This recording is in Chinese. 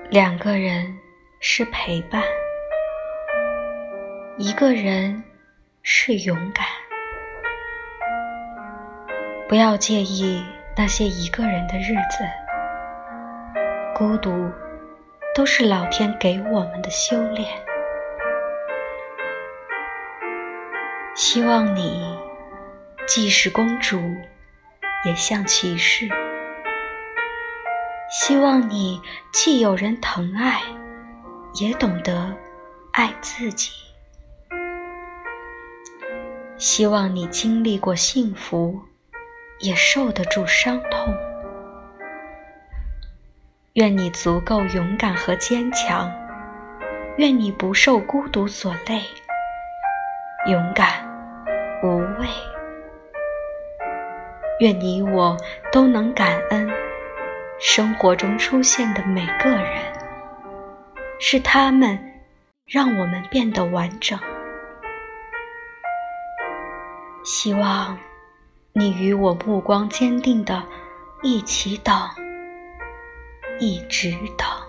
两个人是陪伴，一个人是勇敢。不要介意那些一个人的日子，孤独都是老天给我们的修炼。希望你既是公主，也像骑士。希望你既有人疼爱，也懂得爱自己。希望你经历过幸福，也受得住伤痛。愿你足够勇敢和坚强，愿你不受孤独所累，勇敢无畏。愿你我都能感恩生活中出现的每个人，是他们让我们变得完整。希望你与我目光坚定地一起等，一直等。